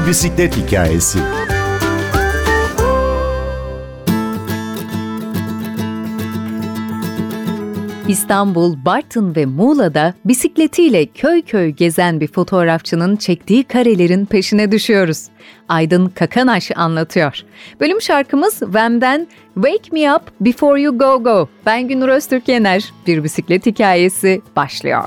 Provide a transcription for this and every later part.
Bir bisiklet hikayesi. İstanbul, Bartın ve Muğla'da bisikletiyle köy köy gezen bir fotoğrafçının çektiği karelerin peşine düşüyoruz. Aydın Kakanaş anlatıyor. Bölüm şarkımız Wham'den Wake Me Up Before You Go Go. Ben Gündür Öztürk Yener. Bir bisiklet hikayesi başlıyor.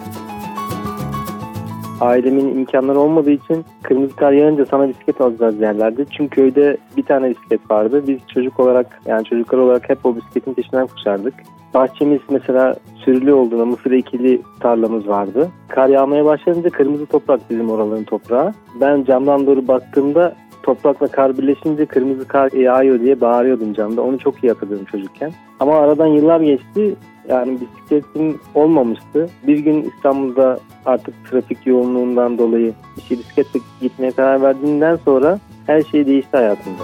Ailemin imkanları olmadığı için kırmızı kar yağınca sana bisiklet alacağız derlerdi. Çünkü köyde bir tane bisiklet vardı. Biz çocuklar olarak hep o bisikletin peşinden koşardık. Bahçemiz mesela sürülü olduğunda mısır ekili tarlamız vardı. Kar yağmaya başlayınca kırmızı toprak bizim oraların toprağı. Ben camdan doğru baktığımda toprakla kar birleşince kırmızı kar yağıyor diye bağırıyordum camda. Onu çok iyi hatırlıyorum çocukken. Ama aradan yıllar geçti. Yani bisikletim olmamıştı. Bir gün İstanbul'da artık trafik yoğunluğundan dolayı bisikletle gitmeye karar verdiğimden sonra her şey değişti hayatımda.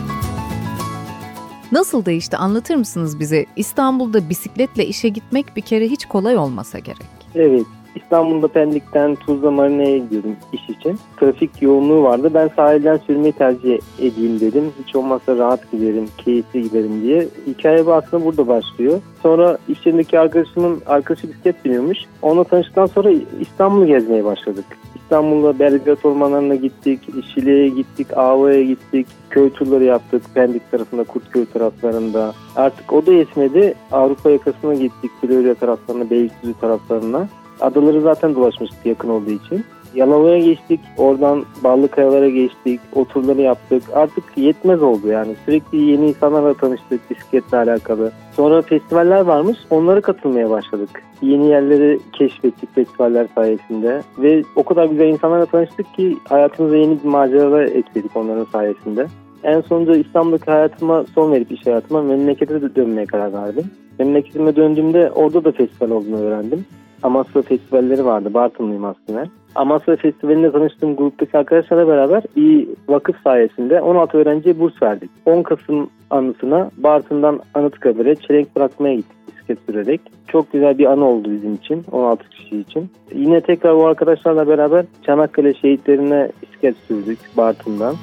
Nasıl değişti anlatır mısınız bize? İstanbul'da bisikletle işe gitmek bir kere hiç kolay olmasa gerek. Evet. İstanbul'da Pendik'ten Tuzla Marina'ya gidiyordum iş için. Trafik yoğunluğu vardı. Ben sahilden sürmeyi tercih edeyim dedim. Hiç olmazsa rahat giderim, keyifli giderim diye. Hikaye aslında burada başlıyor. Sonra iş yerindeki arkadaşı bisiklet biniyormuş. Onunla tanıştıktan sonra İstanbul'u gezmeye başladık. İstanbul'da Belgrad ormanlarına gittik, Şile'ye gittik, Ava'ya gittik. Köy turları yaptık Pendik tarafında, Kurtköy taraflarında. Artık o da yetmedi. Avrupa yakasına gittik, Florya taraflarına, Beylikdüzü taraflarına. Adaları zaten dolaşmıştık yakın olduğu için. Yalova'ya geçtik, oradan Ballıkayalara geçtik, o turları yaptık. Artık yetmez oldu yani. Sürekli yeni insanlarla tanıştık bisikletle alakalı. Sonra festivaller varmış, onlara katılmaya başladık. Yeni yerleri keşfettik festivaller sayesinde. Ve o kadar güzel insanlarla tanıştık ki hayatımıza yeni bir maceralar ekledik onların sayesinde. En sonunda İstanbul'daki hayatıma son verip iş hayatıma memlekete de dönmeye karar verdim. Memleketime döndüğümde orada da festival olduğunu öğrendim. Amasya Festivalleri vardı. Bartınlıyım aslında. Amasya Festivali'nde tanıştığım gruptaki arkadaşlarla beraber bir vakıf sayesinde 16 öğrenciye burs verdik. 10 Kasım anısına Bartın'dan Anıtkabir'e çelenk bırakmaya gittik bisiklet sürerek. Çok güzel bir anı oldu bizim için, 16 kişi için. Yine tekrar o arkadaşlarla beraber Çanakkale şehitlerine bisiklet sürdük Bartın'dan.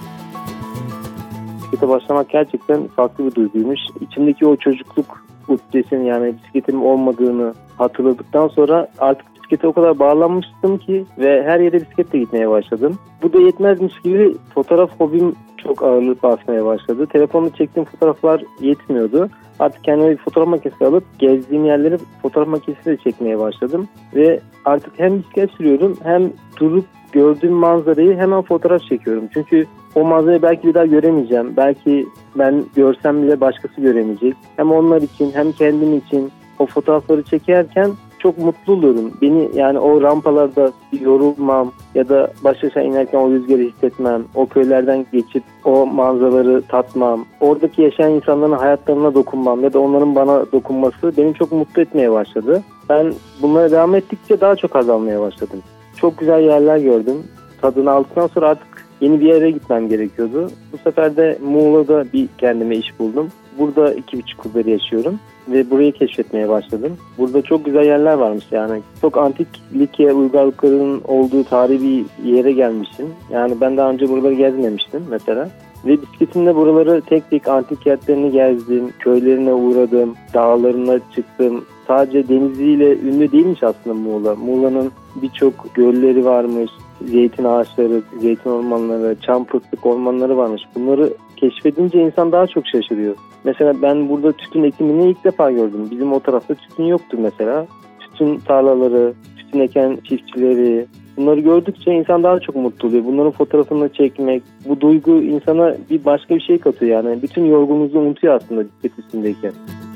Bisiklete başlamak gerçekten farklı bir duyguymuş. İçimdeki o çocukluk uhdesinin yani bisikletim olmadığını hatırladıktan sonra artık bisiklete o kadar bağlanmıştım ki ve her yere bisikletle gitmeye başladım. Bu da yetmezmiş gibi fotoğraf hobim çok ağırlık basmaya başladı. Telefonla çektiğim fotoğraflar yetmiyordu. Artık kendime bir fotoğraf makinesi alıp gezdiğim yerleri fotoğraf makinesiyle çekmeye başladım. Ve artık hem bisiklet sürüyorum hem durup gördüğüm manzarayı hemen fotoğraf çekiyorum. Çünkü o manzarayı belki bir daha göremeyeceğim. Belki ben görsem bile başkası göremeyecek. Hem onlar için hem kendim için o fotoğrafları çekerken çok mutlu oluyorum. Beni yani o rampalarda yorulmam ya da baş aşağı inerken o rüzgarı hissetmem. O köylerden geçip o manzaraları tatmam. Oradaki yaşayan insanların hayatlarına dokunmam ya da onların bana dokunması beni çok mutlu etmeye başladı. Ben bunlara devam ettikçe daha çok azalmaya başladım. Çok güzel yerler gördüm. Tadını aldıktan sonra artık yeni bir yere gitmem gerekiyordu. Bu sefer de Muğla'da bir kendime iş buldum. Burada 2,5 yıldır yaşıyorum ve burayı keşfetmeye başladım. Burada çok güzel yerler varmış yani. Çok antik Likya uygarlıklarının olduğu tarihi bir yere gelmişim. Yani ben daha önce buraları gezmemiştim mesela. Ve bisikletimle buraları tek tek antik kentlerini gezdim, köylerine uğradım, dağlarına çıktım. Sadece deniziyle ünlü değilmiş aslında Muğla. Muğla'nın birçok gölleri varmış, zeytin ağaçları, zeytin ormanları, çam fıstık ormanları varmış. Bunları keşfedince insan daha çok şaşırıyor. Mesela ben burada tütün ekimini ilk defa gördüm. Bizim o tarafta tütün yoktu mesela. Tütün tarlaları, tütün eken çiftçileri, bunları gördükçe insan daha çok mutlu oluyor. Bunların fotoğrafını çekmek, bu duygu insana bir başka bir şey katıyor yani. Bütün yorgunluğunu unutuyor aslında bisiklet üstündeyken.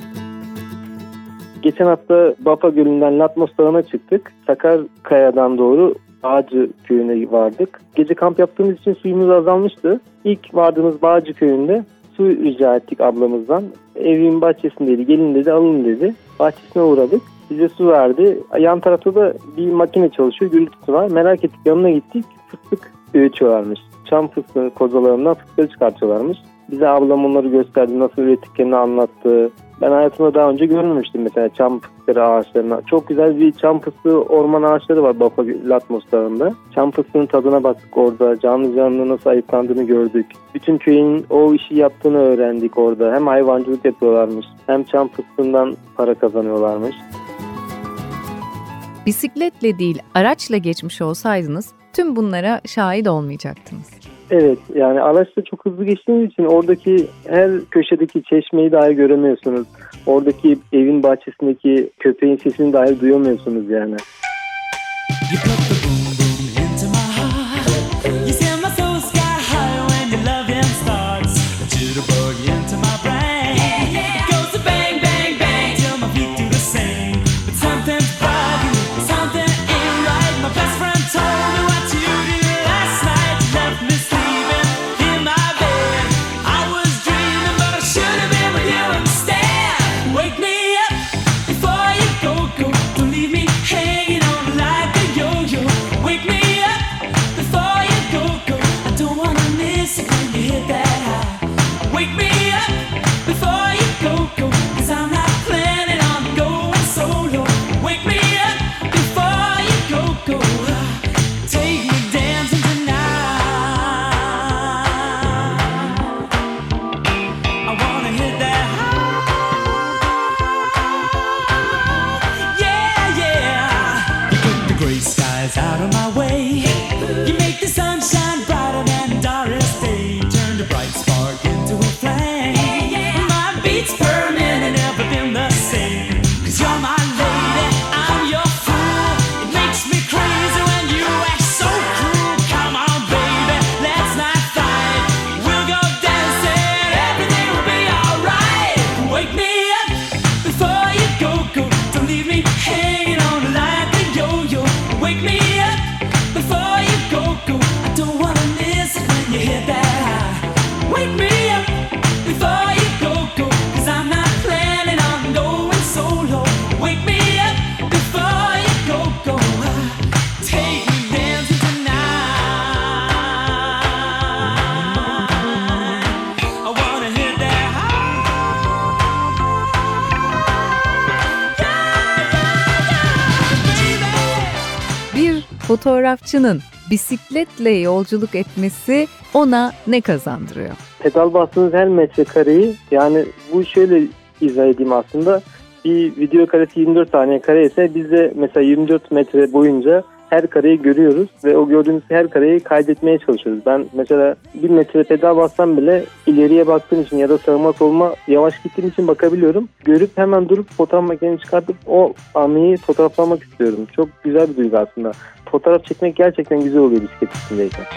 Geçen hafta Bapa Gölü'nden Latmos Dağı'na çıktık. Sakarkaya'dan doğru Bağcı Köyü'ne vardık. Gece kamp yaptığımız için suyumuz azalmıştı. İlk vardığımız Bağcı Köyü'nde su rica ettik ablamızdan. Evin bahçesindeydi, gelin dedi, alın dedi. Bahçesine uğradık. Bize su verdi. Yan tarafta da bir makine çalışıyor, gürültüsü var. Merak ettik, yanına gittik. Fıstık öğütüyorlarmış. Çam fıstığı kozalarından fıstığı çıkartıyorlarmış. Bize ablam onları gösterdi, nasıl ürettiklerini anlattı. Ben hayatımda daha önce görmemiştim mesela çam fıstığı ağaçlarına. Çok güzel bir çam fıstığı orman ağaçları var Bafra Latmos Dağı'nda. Çam fıstığının tadına baktık orada. Canlı canlı nasıl ayıklandığını gördük. Bütün köyün o işi yaptığını öğrendik orada. Hem hayvancılık yapıyorlarmış, hem çam fıstığından para kazanıyorlarmış. Bisikletle değil, araçla geçmiş olsaydınız tüm bunlara şahit olmayacaktınız. Evet, yani araçta çok hızlı geçtiğiniz için oradaki her köşedeki çeşmeyi dahi göremiyorsunuz. Oradaki evin bahçesindeki köpeğin sesini dahi duyamıyorsunuz yani. Fotoğrafçının bisikletle yolculuk etmesi ona ne kazandırıyor? Pedal bastığınız her metrekareyi, yani bu şöyle izah edeyim aslında. Bir video karesi 24 saniye kare ise biz de mesela 24 metre boyunca her kareyi görüyoruz ve o gördüğümüz her kareyi kaydetmeye çalışıyoruz. Ben mesela 1 metre pedal bassam bile ileriye baktığım için ya da sağıma soluma yavaş gittiğim için bakabiliyorum. Görüp hemen durup fotoğraf makinemi çıkartıp o anıyı fotoğraflamak istiyorum. Çok güzel bir duygu aslında. Fotoğraf çekmek gerçekten güzel oluyor bisiklet üstündeyken.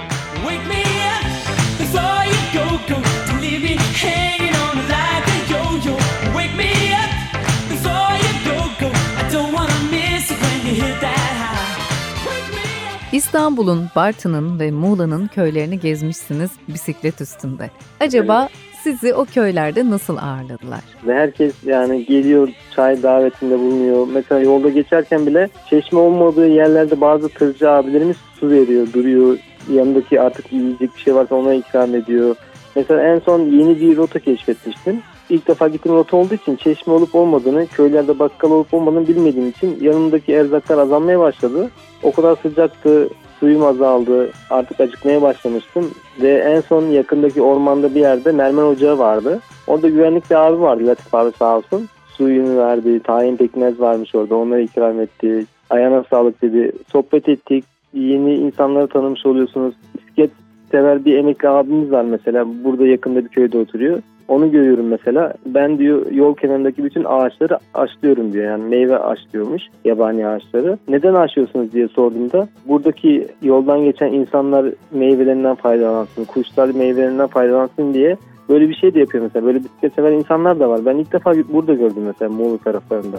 İstanbul'un, Bartın'ın ve Muğla'nın köylerini gezmişsiniz bisiklet üstünde. Acaba sizi o köylerde nasıl ağırladılar? Ve herkes yani geliyor, çay davetinde bulunuyor. Mesela yolda geçerken bile çeşme olmadığı yerlerde bazı tırcı abilerimiz su veriyor, duruyor. Yanındaki artık yiyecek bir şey varsa ona ikram ediyor. Mesela en son yeni bir rota keşfetmiştim. İlk defa gittiğim rota olduğu için çeşme olup olmadığını, köylerde bakkal olup olmadığını bilmediğim için yanımdaki erzaklar azalmaya başladı. O kadar sıcaktı, suyum azaldı, artık acıkmaya başlamıştım. Ve en son yakındaki ormanda bir yerde mermer ocağı vardı. Orada güvenlik bir abi vardı, Latif abi sağ olsun. Suyunu verdi, tahin pekmez varmış orada, onları ikram etti. Ayağına sağlık dedi, sohbet ettik. Yeni insanları tanımış oluyorsunuz. Bisiklet sever bir emekli abimiz var mesela, burada yakında bir köyde oturuyor. Onu görüyorum mesela. Ben diyor yol kenarındaki bütün ağaçları aşlıyorum diyor. Yani meyve aşlıyormuş, yabani ağaçları. Neden aşıyorsunuz diye sorduğumda buradaki yoldan geçen insanlar meyvelerinden faydalansın, kuşlar meyvelerinden faydalansın diye böyle bir şey de yapıyor mesela. Böyle bisiklet sever insanlar da var. Ben ilk defa burada gördüm mesela Muğla taraflarında.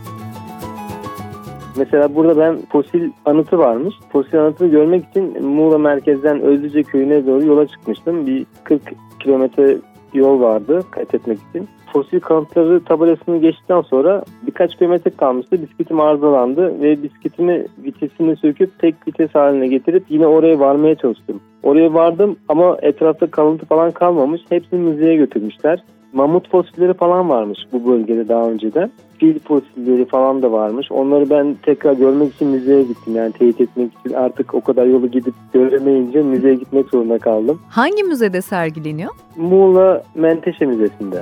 Mesela burada ben fosil anıtı varmış. Fosil anıtını görmek için Muğla merkezden Özlüce köyüne doğru yola çıkmıştım. Bir 40 kilometre yol vardı kat etmek için. Fosil kalıntıları tabelasını geçtikten sonra birkaç kilometre kalmıştı. Bisikletim arızalandı ve bisikletimi vitesini söküp tek vites haline getirip yine oraya varmaya çalıştım. Oraya vardım ama etrafta kalıntı falan kalmamış. Hepsini müzeye götürmüşler. Mamut fosilleri falan varmış bu bölgede daha önceden. Fil fosilleri falan da varmış. Onları ben tekrar görmek için müzeye gittim. Yani teyit etmek için artık o kadar yolu gidip göremeyince müzeye gitmek zorunda kaldım. Hangi müzede sergileniyor? Muğla Menteşe Müzesi'nde.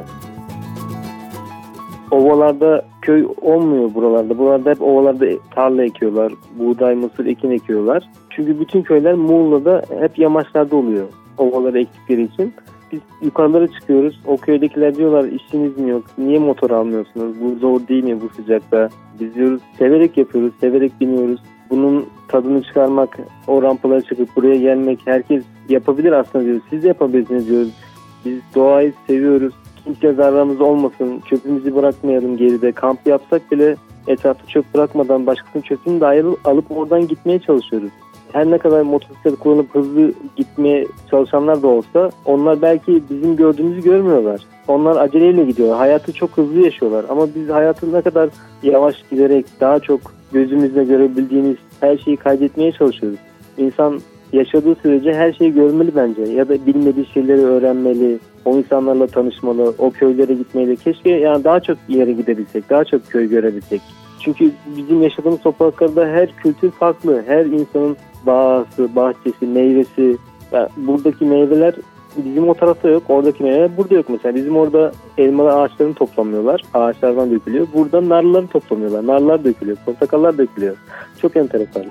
Ovalarda köy olmuyor buralarda. Buralarda hep ovalarda tarla ekiyorlar. Buğday, mısır, ekin ekiyorlar. Çünkü bütün köyler Muğla'da hep yamaçlarda oluyor. Ovaları ektikleri için. Biz yukarılara çıkıyoruz. O köydekiler diyorlar işiniz mi yok? Niye motor almıyorsunuz? Bu zor değil mi bu sıcakta? Biz diyoruz severek yapıyoruz, severek biniyoruz. Bunun tadını çıkarmak, o rampalara çıkıp buraya gelmek herkes yapabilir aslında diyoruz. Siz de yapabilirsiniz diyoruz. Biz doğayı seviyoruz. Kimse zararımız olmasın. Çöpümüzü bırakmayalım geride. Kamp yapsak bile etrafta çöp bırakmadan başkasının çöpünü de alıp oradan gitmeye çalışıyoruz. Her ne kadar motosiklet kullanıp hızlı gitmeye çalışanlar da olsa onlar belki bizim gördüğümüzü görmüyorlar. Onlar aceleyle gidiyorlar. Hayatı çok hızlı yaşıyorlar. Ama biz hayatı ne kadar yavaş giderek daha çok gözümüzle görebildiğimiz her şeyi kaydetmeye çalışıyoruz. İnsan yaşadığı sürece her şeyi görmeli bence. Ya da bilmediği şeyleri öğrenmeli. O insanlarla tanışmalı. O köylere gitmeli. Keşke yani daha çok yere gidebilsek. Daha çok köy görebilsek. Çünkü bizim yaşadığımız topraklarda her kültür farklı. Her insanın bağısı, bahçesi, meyvesi. Yani buradaki meyveler bizim o tarafta yok. Oradaki meyveler burada yok mesela. Bizim orada elmalı ağaçlarını toplamıyorlar. Ağaçlardan dökülüyor. Burada narları toplamıyorlar. Narlar dökülüyor. Portakallar dökülüyor. Çok enteresan.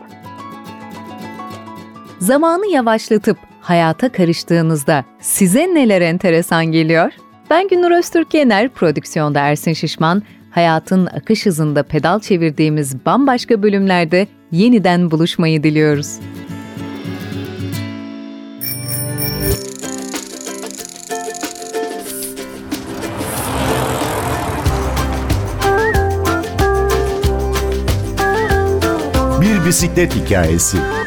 Zamanı yavaşlatıp hayata karıştığınızda size neler enteresan geliyor? Ben Günnur Öztürk Yener, prodüksiyonda Ersin Şişman. Hayatın akış hızında pedal çevirdiğimiz bambaşka bölümlerde yeniden buluşmayı diliyoruz. Bir bisiklet hikayesi.